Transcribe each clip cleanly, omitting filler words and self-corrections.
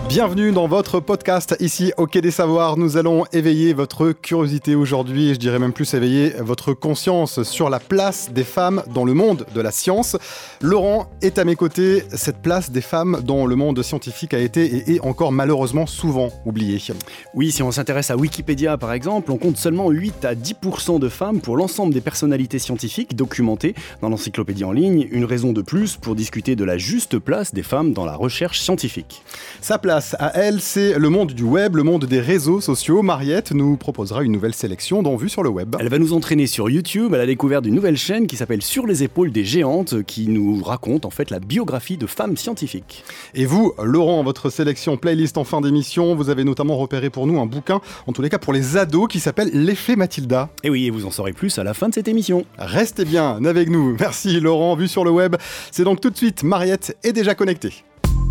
Bienvenue dans votre podcast ici au Quai des Savoirs. Nous allons éveiller votre curiosité aujourd'hui et je dirais même plus éveiller votre conscience sur la place des femmes dans le monde de la science. Laurent est à mes côtés. Cette place des femmes dans le monde scientifique a été et est encore malheureusement souvent oubliée. Oui, si on s'intéresse à Wikipédia par exemple, on compte seulement 8 à 10% de femmes pour l'ensemble des personnalités scientifiques documentées dans l'encyclopédie en ligne. Une raison de plus pour discuter de la juste place des femmes dans la recherche scientifique. Sa place à elle, c'est le monde du web, le monde des réseaux sociaux. Mariette nous proposera une nouvelle sélection dans Vue sur le web. Elle va nous entraîner sur YouTube à la découverte d'une nouvelle chaîne qui s'appelle Sur les épaules des géantes, qui nous raconte en fait la biographie de femmes scientifiques. Et vous, Laurent, votre sélection playlist en fin d'émission, vous avez notamment repéré pour nous un bouquin, en tous les cas pour les ados, qui s'appelle L'effet Mathilda. Et oui, et vous en saurez plus à la fin de cette émission. Restez bien avec nous. Merci Laurent, Vue sur le web. C'est donc tout de suite, Mariette est déjà connectée.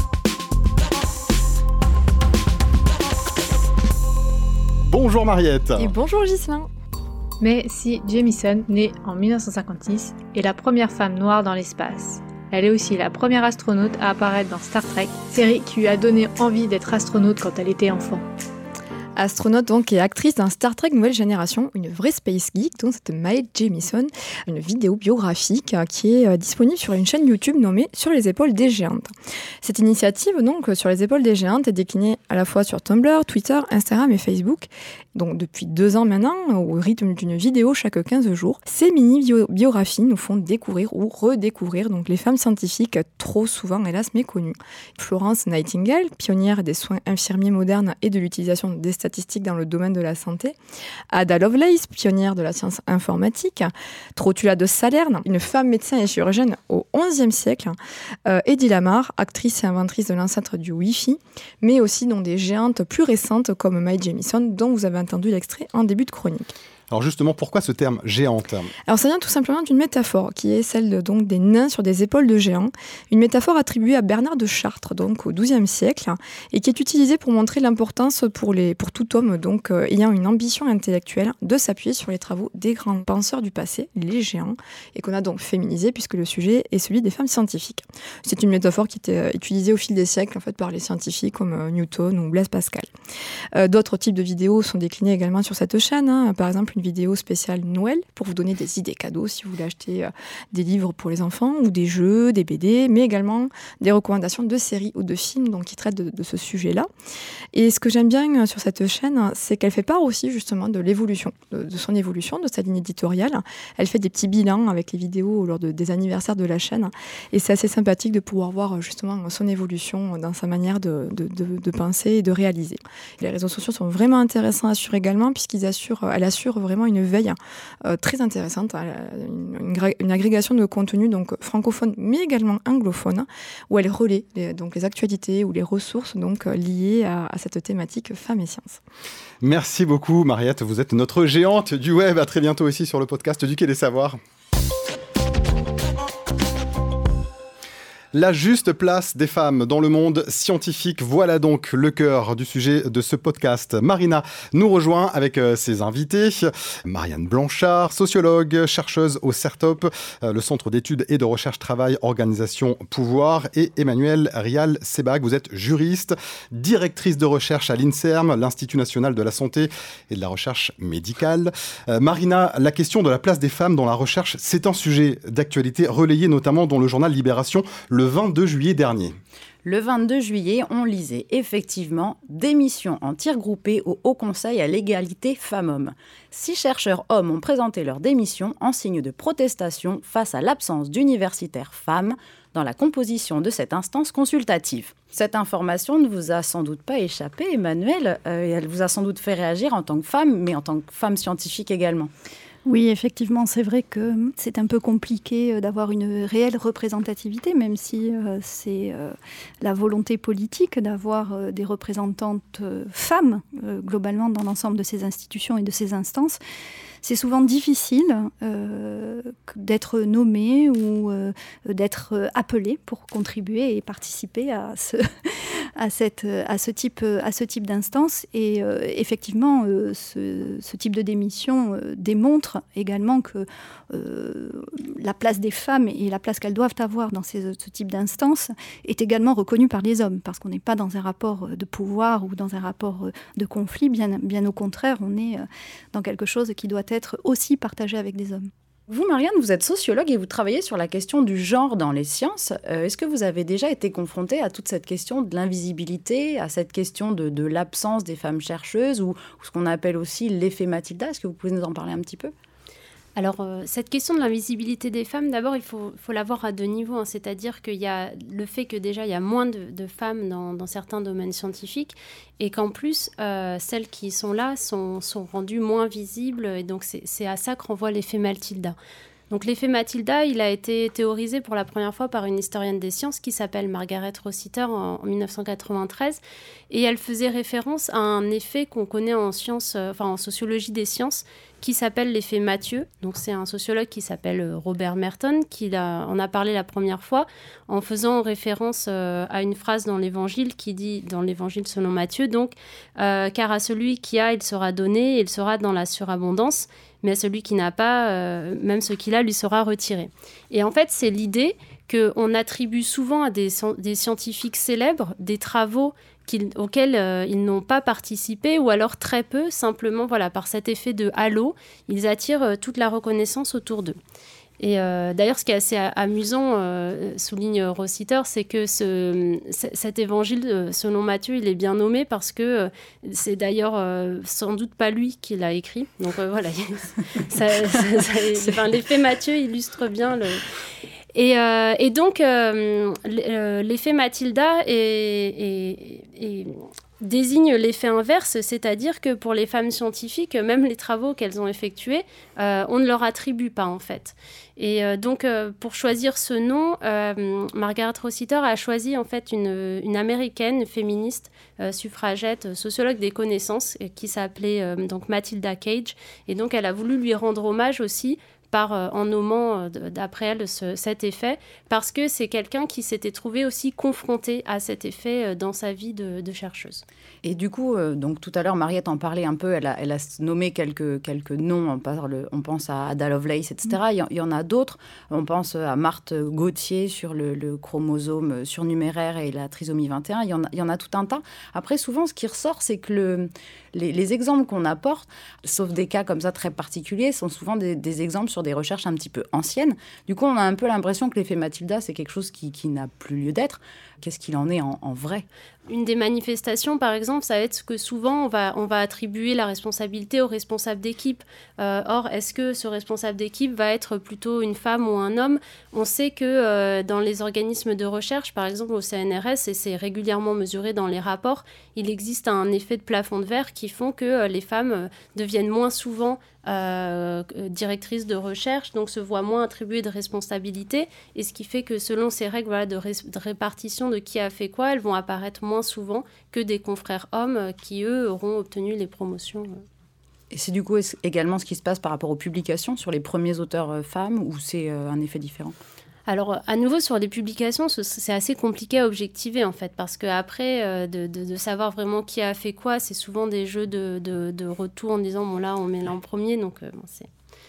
Bonjour Mariette. Et bonjour Ghislain. Mais si Jamieson, née en 1956, est la première femme noire dans l'espace, elle est aussi la première astronaute à apparaître dans Star Trek, série qui lui a donné envie d'être astronaute quand elle était enfant. Astronaute donc et actrice d'un Star Trek Nouvelle Génération, une vraie space geek, donc c'est Mae Jemison, une vidéo biographique qui est disponible sur une chaîne YouTube nommée Sur les épaules des géantes. Cette initiative donc Sur les épaules des géantes est déclinée à la fois sur Tumblr, Twitter, Instagram et Facebook. Donc depuis 2 ans maintenant, au rythme d'une vidéo chaque 15 jours, ces mini-biographies nous font découvrir ou redécouvrir donc les femmes scientifiques trop souvent hélas méconnues. Florence Nightingale, pionnière des soins infirmiers modernes et de l'utilisation des statistiques dans le domaine de la santé. Ada Lovelace, pionnière de la science informatique. Trotula de Salerne, une femme médecin et chirurgienne au XIe siècle. Hedy Lamarr, actrice et inventrice de l'ancêtre du Wi-Fi, mais aussi dans des géantes plus récentes comme Mae Jemison, dont vous avez entendu l'extrait en début de chronique. Alors justement, pourquoi ce terme géante ? Alors ça vient tout simplement d'une métaphore qui est celle donc des nains sur des épaules de géants, une métaphore attribuée à Bernard de Chartres donc au XIIe siècle et qui est utilisée pour montrer l'importance pour tout homme donc ayant une ambition intellectuelle de s'appuyer sur les travaux des grands penseurs du passé, les géants, et qu'on a donc féminisé puisque le sujet est celui des femmes scientifiques. C'est une métaphore qui était utilisée au fil des siècles en fait par les scientifiques comme Newton ou Blaise Pascal. D'autres types de vidéos sont déclinées également sur cette chaîne, par exemple une vidéo spéciale Noël pour vous donner des idées cadeaux si vous voulez acheter des livres pour les enfants ou des jeux, des BD, mais également des recommandations de séries ou de films donc, qui traitent de ce sujet-là. Et ce que j'aime bien sur cette chaîne, c'est qu'elle fait part aussi justement de l'évolution, de son évolution, de sa ligne éditoriale. Elle fait des petits bilans avec les vidéos lors des anniversaires de la chaîne et c'est assez sympathique de pouvoir voir justement son évolution dans sa manière de penser et de réaliser. Les réseaux sociaux sont vraiment intéressants à suivre également puisqu'elle assure vraiment une veille très intéressante, une agrégation de contenu donc francophone mais également anglophone où elle relaie les actualités ou les ressources donc liées à cette thématique femmes et sciences. Merci beaucoup Mariette, vous êtes notre géante du web. À très bientôt ici sur le podcast du Quai des Savoirs. La juste place des femmes dans le monde scientifique, voilà donc le cœur du sujet de ce podcast. Marina nous rejoint avec ses invités. Marianne Blanchard, sociologue, chercheuse au CERTOP, le Centre d'études et de recherche travail, organisation, pouvoir, et Emmanuelle Rial-Sebag, vous êtes juriste, directrice de recherche à l'INSERM, l'Institut national de la santé et de la recherche médicale. Marina, la question de la place des femmes dans la recherche, c'est un sujet d'actualité relayé notamment dans le journal Libération le 22 juillet dernier. Le 22 juillet, on lisait effectivement « Démission en tir groupé au Haut Conseil à l'égalité femmes-hommes ». 6 chercheurs hommes ont présenté leur démission en signe de protestation face à l'absence d'universitaires femmes dans la composition de cette instance consultative. Cette information ne vous a sans doute pas échappé, Emmanuelle, et elle vous a sans doute fait réagir en tant que femme, mais en tant que femme scientifique également. Oui, effectivement, c'est vrai que c'est un peu compliqué d'avoir une réelle représentativité, même si c'est la volonté politique d'avoir des représentantes femmes, globalement, dans l'ensemble de ces institutions et de ces instances. C'est souvent difficile d'être nommé ou d'être appelé pour contribuer et participer à ce type d'instance. Et effectivement, ce type de démission démontre également que la place des femmes et la place qu'elles doivent avoir dans ce type d'instance est également reconnue par les hommes, parce qu'on n'est pas dans un rapport de pouvoir ou dans un rapport de conflit, bien au contraire, on est dans quelque chose qui doit être aussi partagé avec des hommes. Vous, Marianne, vous êtes sociologue et vous travaillez sur la question du genre dans les sciences. Est-ce que vous avez déjà été confrontée à toute cette question de l'invisibilité, à cette question de l'absence des femmes chercheuses ou ce qu'on appelle aussi l'effet Mathilda? Est-ce que vous pouvez nous en parler un petit peu? Alors, cette question de l'invisibilité des femmes, d'abord, il faut la voir à deux niveaux. Hein. C'est-à-dire qu'il y a le fait que déjà, il y a moins de femmes dans certains domaines scientifiques et qu'en plus, celles qui sont là sont rendues moins visibles. Et donc, c'est à ça que renvoie l'effet Mathilda. Donc, l'effet Mathilda, il a été théorisé pour la première fois par une historienne des sciences qui s'appelle Margaret Rossiter en 1993. Et elle faisait référence à un effet qu'on connaît en sociologie des sciences, qui s'appelle l'effet Mathieu. Donc, c'est un sociologue qui s'appelle Robert Merton qui en a parlé la première fois en faisant référence à une phrase dans l'Évangile qui dit, dans l'Évangile selon Matthieu, donc, car à celui qui a, il sera donné, et il sera dans la surabondance, mais à celui qui n'a pas, même ce qu'il a, lui sera retiré. Et en fait, c'est l'idée qu'on attribue souvent à des scientifiques célèbres des travaux auxquels ils n'ont pas participé ou alors très peu, simplement par cet effet de halo, ils attirent toute la reconnaissance autour d'eux. Et d'ailleurs, ce qui est assez amusant, souligne Rossiter, c'est que cet évangile, selon Matthieu, il est bien nommé parce que c'est d'ailleurs sans doute pas lui qui l'a écrit. Donc voilà, l'effet Matthieu illustre bien le... Et donc, l'effet Mathilda désigne l'effet inverse, c'est-à-dire que pour les femmes scientifiques, même les travaux qu'elles ont effectués, on ne leur attribue pas en fait. Et donc, pour choisir ce nom, Margaret Rossiter a choisi en fait une américaine féministe, suffragette, sociologue des connaissances, qui s'appelait donc Matilda Cage. Et donc, elle a voulu lui rendre hommage aussi en nommant d'après elle cet effet, parce que c'est quelqu'un qui s'était trouvé aussi confronté à cet effet dans sa vie de chercheuse. Et du coup, donc tout à l'heure, Mariette en parlait un peu, elle a nommé quelques noms, on pense à Ada Lovelace, etc. Il y en a d'autres, on pense à Marthe Gauthier sur le chromosome surnuméraire et la trisomie 21, il y en a tout un tas. Après, souvent, ce qui ressort, c'est que les exemples qu'on apporte, sauf des cas comme ça très particuliers, sont souvent des exemples sur des recherches un petit peu anciennes. Du coup, on a un peu l'impression que l'effet Mathilda, c'est quelque chose qui n'a plus lieu d'être. Qu'est-ce qu'il en est en vrai ? Une des manifestations, par exemple, ça va être que souvent, on va attribuer la responsabilité au responsable d'équipe. Or, est-ce que ce responsable d'équipe va être plutôt une femme ou un homme ? On sait que dans les organismes de recherche, par exemple au CNRS, et c'est régulièrement mesuré dans les rapports, il existe un effet de plafond de verre qui font que les femmes deviennent moins souvent directrices de recherche, donc se voient moins attribuer de responsabilité, et ce qui fait que selon ces règles de répartition de qui a fait quoi, elles vont apparaître moins souvent que des confrères hommes qui, eux, auront obtenu les promotions. Et c'est du coup également ce qui se passe par rapport aux publications sur les premiers auteurs femmes, ou c'est un effet différent ? Alors, à nouveau, sur les publications, c'est assez compliqué à objectiver, en fait, parce qu'après, de savoir vraiment qui a fait quoi, c'est souvent des jeux de retour en disant, bon, là, on met là en premier, donc c'est...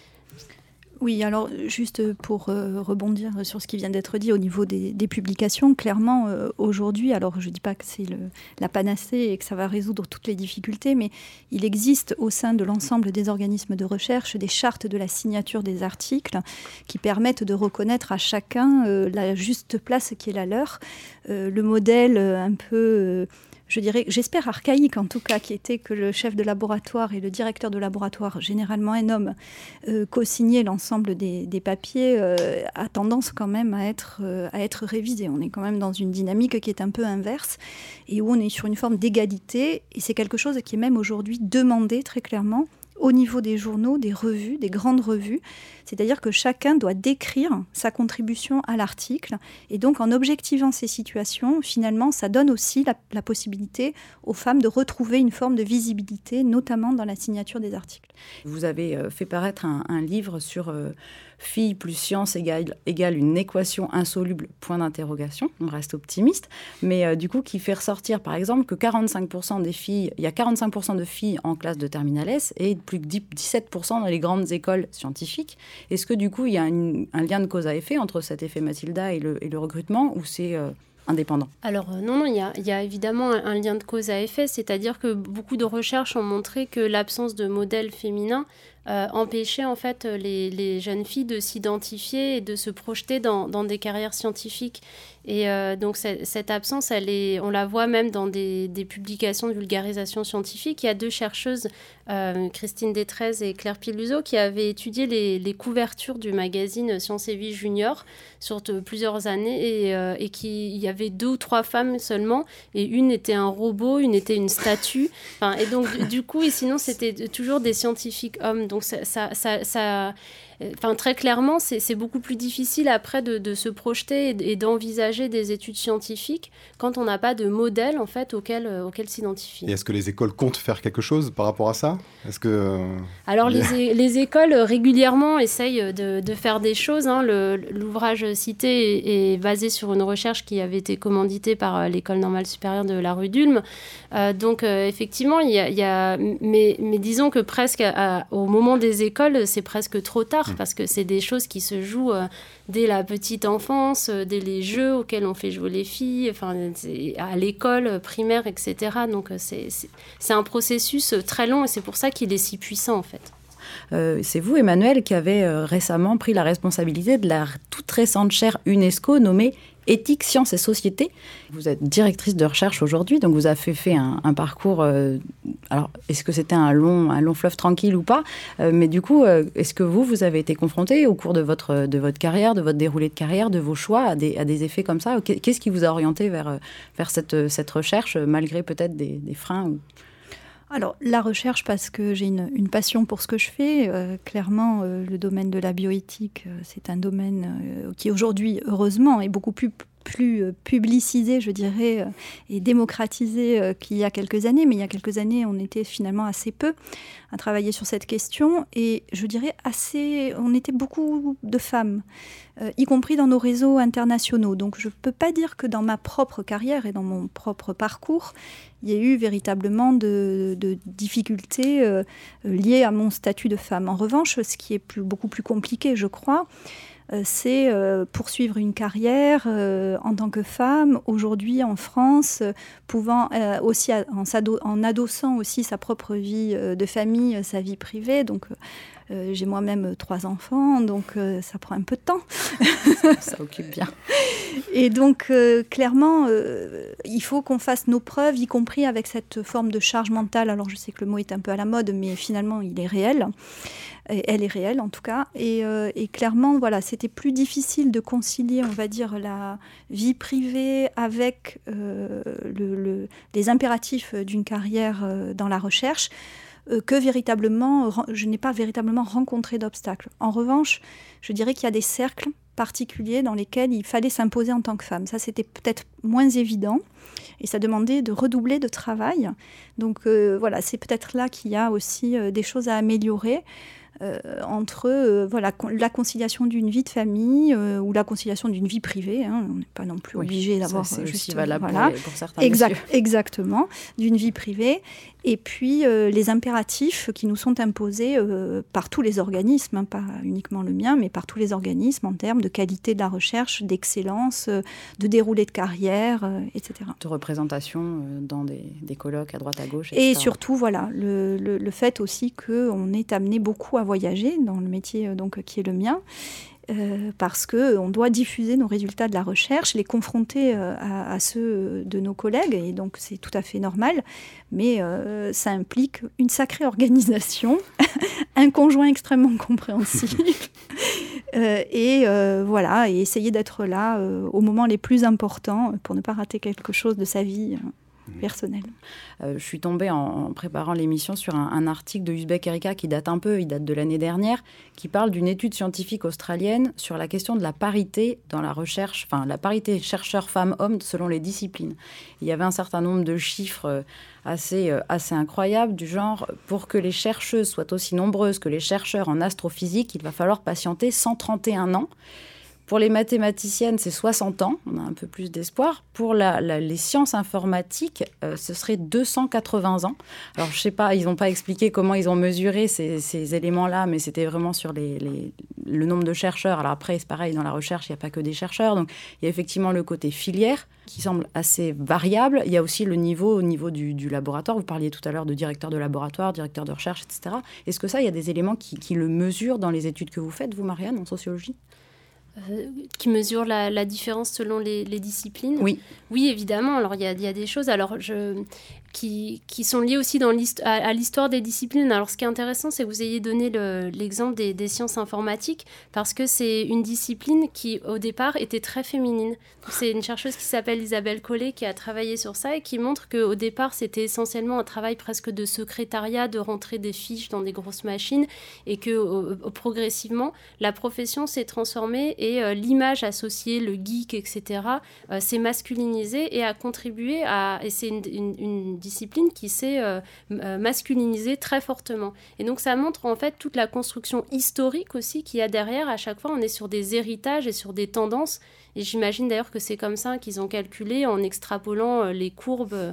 Oui, alors juste pour rebondir sur ce qui vient d'être dit au niveau des publications, clairement aujourd'hui, alors je ne dis pas que c'est la panacée et que ça va résoudre toutes les difficultés, mais il existe au sein de l'ensemble des organismes de recherche des chartes de la signature des articles qui permettent de reconnaître à chacun la juste place qui est la leur. Le modèle un peu... je dirais, j'espère archaïque en tout cas, qui était que le chef de laboratoire et le directeur de laboratoire, généralement un homme, co-signaient l'ensemble des papiers, a tendance quand même à être révisé. On est quand même dans une dynamique qui est un peu inverse et où on est sur une forme d'égalité, et c'est quelque chose qui est même aujourd'hui demandé très clairement au niveau des journaux, des revues, des grandes revues. C'est-à-dire que chacun doit décrire sa contribution à l'article. Et donc, en objectivant ces situations, finalement, ça donne aussi la possibilité aux femmes de retrouver une forme de visibilité, notamment dans la signature des articles. Vous avez fait paraître un livre sur filles plus science égale une équation insoluble, point d'interrogation. On reste optimiste. Mais du coup, qui fait ressortir, par exemple, que 45% des filles, il y a 45% de filles en classe de terminale S et plus que 17% dans les grandes écoles scientifiques. Est-ce que du coup, il y a un lien de cause à effet entre cet effet Mathilda et le recrutement, ou c'est indépendant? Alors non, il y a évidemment un lien de cause à effet, c'est-à-dire que beaucoup de recherches ont montré que l'absence de modèles féminins empêchait en fait les jeunes filles de s'identifier et de se projeter dans des carrières scientifiques. Et donc cette absence, on la voit même dans des publications de vulgarisation scientifique. Il y a 2 chercheuses, Christine Détrez et Claire Piluso, qui avaient étudié les couvertures du magazine Science et Vie Junior sur plusieurs années, et il y avait 2 ou 3 femmes seulement, et une était un robot, une était une statue. Et donc du coup, et sinon c'était toujours des scientifiques hommes. Donc très clairement, c'est beaucoup plus difficile après de se projeter et d'envisager des études scientifiques quand on n'a pas de modèle en fait auquel s'identifier. Et est-ce que les écoles comptent faire quelque chose par rapport à ça? Alors les écoles régulièrement essayent de faire des choses. L'ouvrage cité est basé sur une recherche qui avait été commanditée par l'École normale supérieure de la rue d'Ulm. Donc effectivement, il y a mais disons que presque au moment des écoles, c'est presque trop tard. Parce que c'est des choses qui se jouent dès la petite enfance, dès les jeux auxquels on fait jouer les filles, à l'école primaire, etc. Donc c'est un processus très long, et c'est pour ça qu'il est si puissant en fait. C'est vous, Emmanuelle, qui avez récemment pris la responsabilité de la toute récente chaire UNESCO nommée Éthique, Sciences et Société. Vous êtes directrice de recherche aujourd'hui, donc vous avez fait un parcours... alors, est-ce que c'était un long fleuve tranquille ou pas? Mais du coup, est-ce que vous avez été confrontée au cours de votre carrière, de votre déroulé de carrière, de vos choix, à des effets comme ça? Qu'est-ce qui vous a orienté vers cette recherche, malgré peut-être des freins Alors, la recherche, parce que j'ai une passion pour ce que je fais. Clairement, le domaine de la bioéthique, c'est un domaine qui aujourd'hui, heureusement, est beaucoup plus publicisé, je dirais, et démocratisé qu'il y a quelques années. Mais il y a quelques années, on était finalement assez peu à travailler sur cette question. Et je dirais on était beaucoup de femmes, y compris dans nos réseaux internationaux. Donc je ne peux pas dire que dans ma propre carrière et dans mon propre parcours, il y a eu véritablement de difficultés liées à mon statut de femme. En revanche, ce qui est beaucoup plus compliqué, je crois, c'est poursuivre une carrière en tant que femme, aujourd'hui en France, pouvant aussi, en adossant aussi sa propre vie de famille, sa vie privée. Donc, j'ai moi-même 3 enfants, donc ça prend un peu de temps. Ça occupe bien. Et donc, clairement, il faut qu'on fasse nos preuves, y compris avec cette forme de charge mentale. Alors, je sais que le mot est un peu à la mode, mais finalement, il est réel. Elle est réelle, en tout cas. Et clairement, voilà, c'était plus difficile de concilier, on va dire, la vie privée avec les impératifs d'une carrière dans la recherche, que véritablement, je n'ai pas véritablement rencontré d'obstacles. En revanche, je dirais qu'il y a des cercles particuliers dans lesquels il fallait s'imposer en tant que femme. Ça, c'était peut-être moins évident et ça demandait de redoubler de travail. Donc voilà, c'est peut-être là qu'il y a aussi des choses à améliorer. Entre la conciliation d'une vie de famille ou la conciliation d'une vie privée. On n'est pas non plus obligé d'avoir... C'est aussi valable pour certains. Exactement, d'une vie privée. Et puis les impératifs qui nous sont imposés par tous les organismes, pas uniquement le mien, mais par tous les organismes en termes de qualité de la recherche, d'excellence, de déroulé de carrière, etc. De représentation dans des colloques à droite à gauche, etc. Et surtout, voilà, le fait aussi qu'on est amené beaucoup à voyager dans le métier qui est le mien, parce qu'on doit diffuser nos résultats de la recherche, les confronter à ceux de nos collègues, et donc c'est tout à fait normal, mais ça implique une sacrée organisation, un conjoint extrêmement compréhensif, et essayer d'être là au moment les plus importants pour ne pas rater quelque chose de sa vie. personnel. Je suis tombée en préparant l'émission sur un article de Uzbek Erika qui date il date de l'année dernière, qui parle d'une étude scientifique australienne sur la question de la parité dans la recherche, enfin la parité chercheurs femmes-hommes selon les disciplines. Il y avait un certain nombre de chiffres assez incroyables, du genre, pour que les chercheuses soient aussi nombreuses que les chercheurs en astrophysique, il va falloir patienter 131 ans. Pour les mathématiciennes, c'est 60 ans, on a un peu plus d'espoir. Pour les sciences informatiques, ce serait 280 ans. Alors, je ne sais pas, ils n'ont pas expliqué comment ils ont mesuré ces éléments-là, mais c'était vraiment sur le nombre de chercheurs. Alors après, c'est pareil, dans la recherche, il n'y a pas que des chercheurs. Donc, il y a effectivement le côté filière qui semble assez variable. Il y a aussi le niveau au niveau du laboratoire. Vous parliez tout à l'heure de directeur de laboratoire, directeur de recherche, etc. Est-ce que ça, il y a des éléments qui le mesurent dans les études que vous faites, vous, Marianne, en sociologie ? Qui mesure la différence selon les disciplines. Oui, évidemment. Alors, il y a des choses qui sont liées aussi à l'histoire des disciplines. Alors, ce qui est intéressant, c'est que vous ayez donné l'exemple des sciences informatiques, parce que c'est une discipline qui, au départ, était très féminine. Donc, c'est une chercheuse qui s'appelle Isabelle Collet qui a travaillé sur ça et qui montre qu'au départ, c'était essentiellement un travail presque de secrétariat, de rentrer des fiches dans des grosses machines, et que progressivement, la profession s'est transformée et l'image associée, le geek, etc., s'est masculinisée et a contribué et c'est une discipline qui s'est masculinisée très fortement. Et donc, ça montre en fait toute la construction historique aussi qu'il y a derrière. À chaque fois, on est sur des héritages et sur des tendances. Et j'imagine d'ailleurs que c'est comme ça qu'ils ont calculé en extrapolant les courbes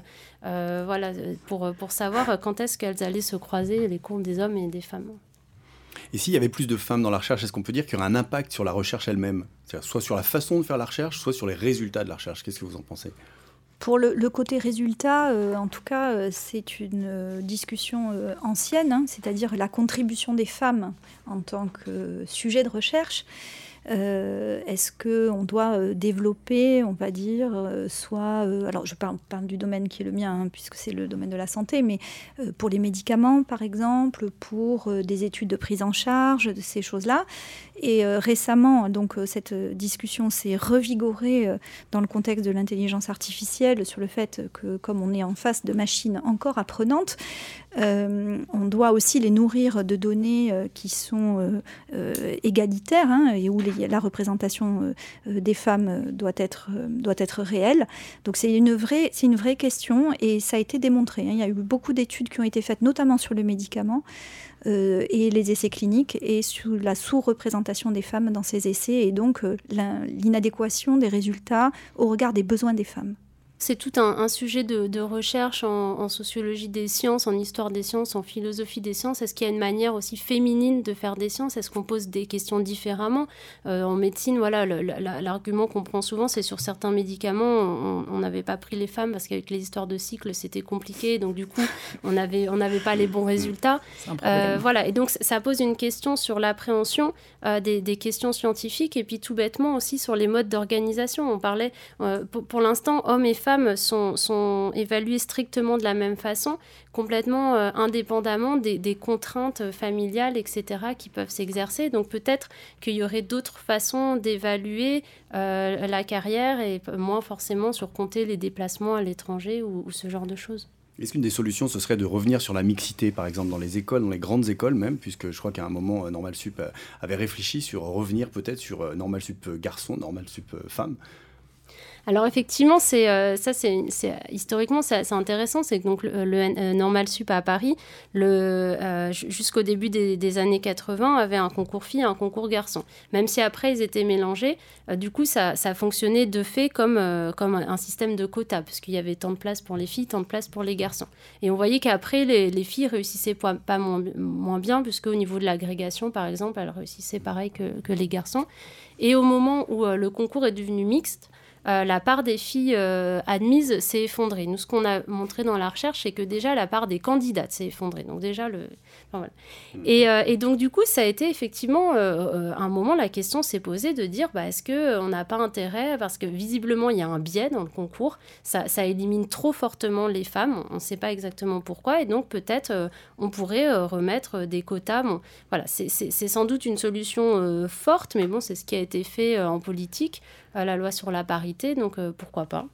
pour savoir quand est-ce qu'elles allaient se croiser, les courbes des hommes et des femmes. Et s'il y avait plus de femmes dans la recherche, est-ce qu'on peut dire qu'il y aurait un impact sur la recherche elle-même ? C'est-à-dire soit sur la façon de faire la recherche, soit sur les résultats de la recherche. Qu'est-ce que vous en pensez ? Pour le côté résultat, en tout cas, c'est une discussion ancienne, c'est-à-dire la contribution des femmes en tant que sujet de recherche. Est-ce qu'on doit développer, on va dire, alors je parle du domaine qui est le mien, puisque c'est le domaine de la santé, mais pour les médicaments, par exemple, pour des études de prise en charge, de ces choses-là. Et récemment, donc, cette discussion s'est revigorée dans le contexte de l'intelligence artificielle, sur le fait que, comme on est en face de machines encore apprenantes, on doit aussi les nourrir de données qui sont égalitaires, et où la représentation des femmes doit être réelle. Donc c'est une vraie question, et ça a été démontré. Il y a eu beaucoup d'études qui ont été faites, notamment sur le médicament et les essais cliniques, et sur la sous-représentation des femmes dans ces essais, et donc l'inadéquation des résultats au regard des besoins des femmes. C'est tout un sujet de recherche en sociologie des sciences, en histoire des sciences, en philosophie des sciences. Est-ce qu'il y a une manière aussi féminine de faire des sciences ? Est-ce qu'on pose des questions différemment ? En médecine, voilà, l'argument qu'on prend souvent, c'est sur certains médicaments, on n'avait pas pris les femmes parce qu'avec les histoires de cycles, c'était compliqué. Donc du coup, on n'avait pas les bons résultats. C'est un problème. Voilà, et donc ça pose une question sur l'appréhension des questions scientifiques, et puis tout bêtement aussi sur les modes d'organisation. On parlait, pour l'instant, hommes et femmes sont évaluées strictement de la même façon, complètement indépendamment des contraintes familiales, etc., qui peuvent s'exercer. Donc peut-être qu'il y aurait d'autres façons d'évaluer la carrière, et moins forcément sur compter les déplacements à l'étranger ou ce genre de choses. Est-ce qu'une des solutions, ce serait de revenir sur la mixité, par exemple, dans les écoles, dans les grandes écoles même, puisque je crois qu'à un moment, Normal Sup avait réfléchi sur revenir peut-être sur Normal Sup garçon, Normal Sup femme. Alors effectivement, historiquement, c'est intéressant. C'est que donc, le Normal Sup à Paris, jusqu'au début des années 80, avait un concours filles et un concours garçons. Même si après, ils étaient mélangés, du coup, ça fonctionnait de fait comme un système de quotas, parce qu'il y avait tant de places pour les filles, tant de places pour les garçons. Et on voyait qu'après, les filles réussissaient pas moins bien, puisqu'au niveau de l'agrégation, par exemple, elles réussissaient pareil que les garçons. Et au moment où le concours est devenu mixte, la part des filles admises s'est effondrée. Nous, ce qu'on a montré dans la recherche, c'est que déjà la part des candidates s'est effondrée. Donc déjà, voilà. Et donc du coup, ça a été effectivement, à un moment, la question s'est posée de dire, est-ce qu'on n'a pas intérêt, parce que visiblement, il y a un biais dans le concours, ça élimine trop fortement les femmes, on ne sait pas exactement pourquoi, et donc peut-être on pourrait remettre des quotas. Bon, voilà, c'est sans doute une solution forte, mais bon, c'est ce qui a été fait en politique, la loi sur la parité, donc pourquoi pas ?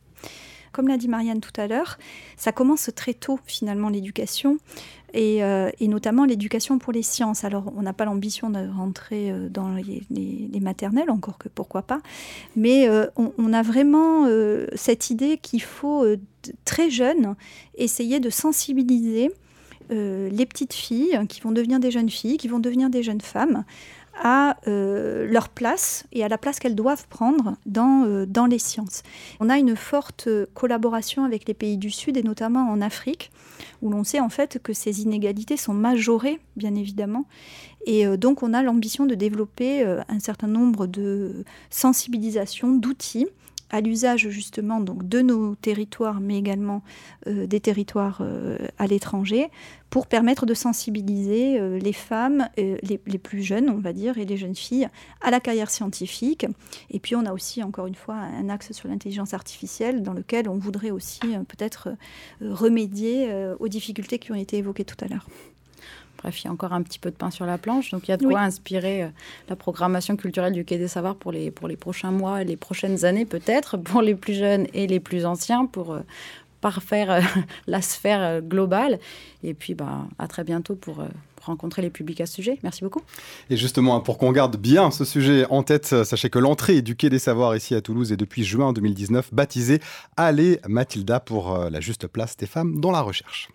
comme l'a dit Marianne tout à l'heure, ça commence très tôt finalement l'éducation. Et notamment l'éducation pour les sciences. Alors, on n'a pas l'ambition de rentrer dans les maternelles, encore que pourquoi pas, mais on a vraiment cette idée qu'il faut, très jeune, essayer de sensibiliser les petites filles qui vont devenir des jeunes filles, qui vont devenir des jeunes femmes, à leur place et à la place qu'elles doivent prendre dans les sciences. On a une forte collaboration avec les pays du Sud et notamment en Afrique, où l'on sait en fait que ces inégalités sont majorées, bien évidemment. Et donc on a l'ambition de développer un certain nombre de sensibilisations, d'outils à l'usage justement donc, de nos territoires, mais également des territoires à l'étranger, pour permettre de sensibiliser les femmes, les plus jeunes, on va dire, et les jeunes filles, à la carrière scientifique. Et puis on a aussi, encore une fois, un axe sur l'intelligence artificielle, dans lequel on voudrait aussi peut-être remédier aux difficultés qui ont été évoquées tout à l'heure. Bref, il y a encore un petit peu de pain sur la planche, donc il y a de quoi inspirer la programmation culturelle du Quai des Savoirs pour les prochains mois et les prochaines années peut-être, pour les plus jeunes et les plus anciens, pour parfaire la sphère globale. Et puis à très bientôt pour rencontrer les publics à ce sujet. Merci beaucoup. Et justement, pour qu'on garde bien ce sujet en tête, sachez que l'entrée du Quai des Savoirs ici à Toulouse est depuis juin 2019 baptisée Allez Mathilda pour la juste place des femmes dans la recherche.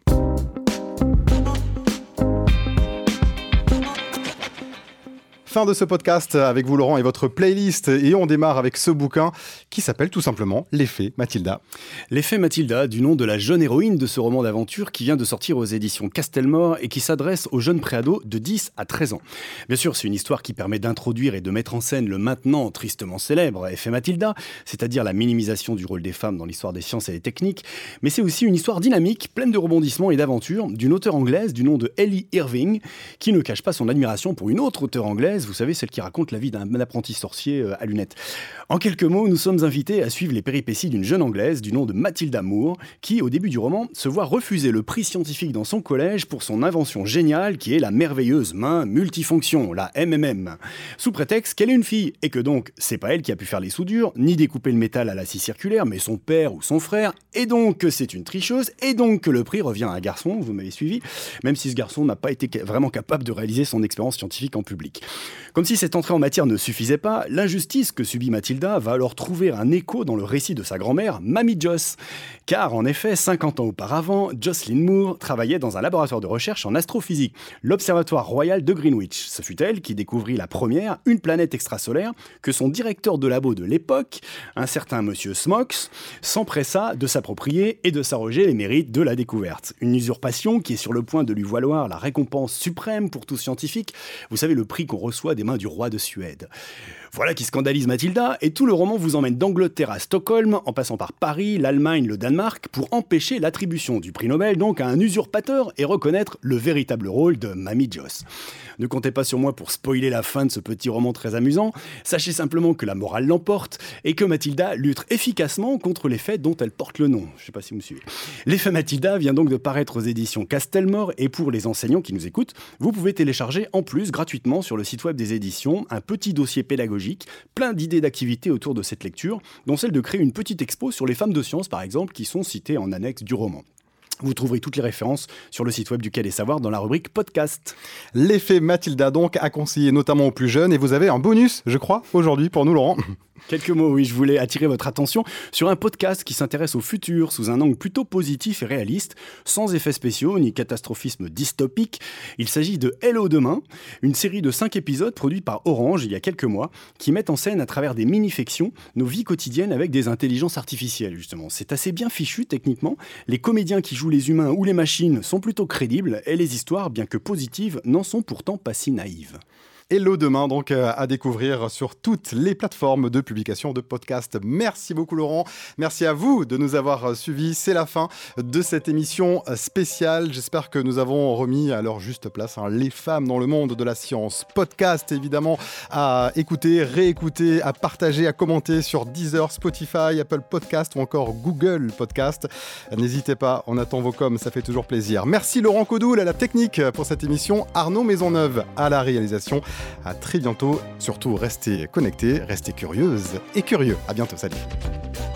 Fin de ce podcast avec vous Laurent et votre playlist, et on démarre avec ce bouquin qui s'appelle tout simplement L'effet Mathilda. L'effet Mathilda, du nom de la jeune héroïne de ce roman d'aventure qui vient de sortir aux éditions Castelmore et qui s'adresse aux jeunes préados de 10 à 13 ans. Bien sûr, c'est une histoire qui permet d'introduire et de mettre en scène le maintenant tristement célèbre Effet Mathilda, c'est-à-dire la minimisation du rôle des femmes dans l'histoire des sciences et des techniques, mais c'est aussi une histoire dynamique, pleine de rebondissements et d'aventures, d'une auteure anglaise du nom de Ellie Irving, qui ne cache pas son admiration pour une autre auteure anglaise, vous savez, celle qui raconte la vie d'un apprenti sorcier à lunettes. En quelques mots, nous sommes invités à suivre les péripéties d'une jeune anglaise du nom de Mathilda Moore, qui, au début du roman, se voit refuser le prix scientifique dans son collège pour son invention géniale qui est la merveilleuse main multifonction, la MMM. Sous prétexte qu'elle est une fille, et que donc, c'est pas elle qui a pu faire les soudures, ni découper le métal à la scie circulaire, mais son père ou son frère, et donc que c'est une tricheuse, et donc que le prix revient à un garçon, vous m'avez suivi, même si ce garçon n'a pas été vraiment capable de réaliser son expérience scientifique en public. Comme si cette entrée en matière ne suffisait pas, l'injustice que subit Mathilda va alors trouver un écho dans le récit de sa grand-mère, Mamie Joss. Car en effet, 50 ans auparavant, Jocelyn Moore travaillait dans un laboratoire de recherche en astrophysique, l'Observatoire Royal de Greenwich. Ce fut elle qui découvrit la première, une planète extrasolaire, que son directeur de labo de l'époque, un certain monsieur Smokes, s'empressa de s'approprier et de s'arroger les mérites de la découverte. Une usurpation qui est sur le point de lui valoir la récompense suprême pour tout scientifique, vous savez, le prix qu'on reçoit des mains du roi de Suède. Voilà qui scandalise Mathilda, et tout le roman vous emmène d'Angleterre à Stockholm, en passant par Paris, l'Allemagne, le Danemark, pour empêcher l'attribution du prix Nobel donc à un usurpateur et reconnaître le véritable rôle de Mamie Joss. Ne comptez pas sur moi pour spoiler la fin de ce petit roman très amusant, sachez simplement que la morale l'emporte, et que Mathilda lutte efficacement contre les faits dont elle porte le nom. Je ne sais pas si vous me suivez. L'effet Mathilda vient donc de paraître aux éditions Castelmore, et pour les enseignants qui nous écoutent, vous pouvez télécharger en plus gratuitement sur le site web des éditions un petit dossier pédagogique, plein d'idées d'activités autour de cette lecture, dont celle de créer une petite expo sur les femmes de science par exemple, qui sont citées en annexe du roman. Vous trouverez toutes les références sur le site web du Quai des Savoirs dans la rubrique podcast. L'effet Mathilda donc à conseiller notamment aux plus jeunes, et vous avez un bonus, je crois, aujourd'hui pour nous Laurent. Quelques mots, oui, je voulais attirer votre attention sur un podcast qui s'intéresse au futur sous un angle plutôt positif et réaliste, sans effets spéciaux ni catastrophisme dystopique. Il s'agit de Hello Demain, une série de 5 épisodes produits par Orange il y a quelques mois, qui mettent en scène à travers des mini-fictions nos vies quotidiennes avec des intelligences artificielles, justement. C'est assez bien fichu techniquement, les comédiens qui jouent les humains ou les machines sont plutôt crédibles, et les histoires, bien que positives, n'en sont pourtant pas si naïves. Hello Demain, donc à découvrir sur toutes les plateformes de publication de podcasts. Merci beaucoup Laurent, merci à vous de nous avoir suivis. C'est la fin de cette émission spéciale. J'espère que nous avons remis à leur juste place les femmes dans le monde de la science. Podcast évidemment à écouter, réécouter, à partager, à commenter sur Deezer, Spotify, Apple Podcast ou encore Google Podcast. N'hésitez pas, on attend vos coms, ça fait toujours plaisir. Merci Laurent Codoul à la technique pour cette émission, Arnaud Maisonneuve à la réalisation. À très bientôt, surtout restez connectés, restez curieuses et curieux. À bientôt, salut.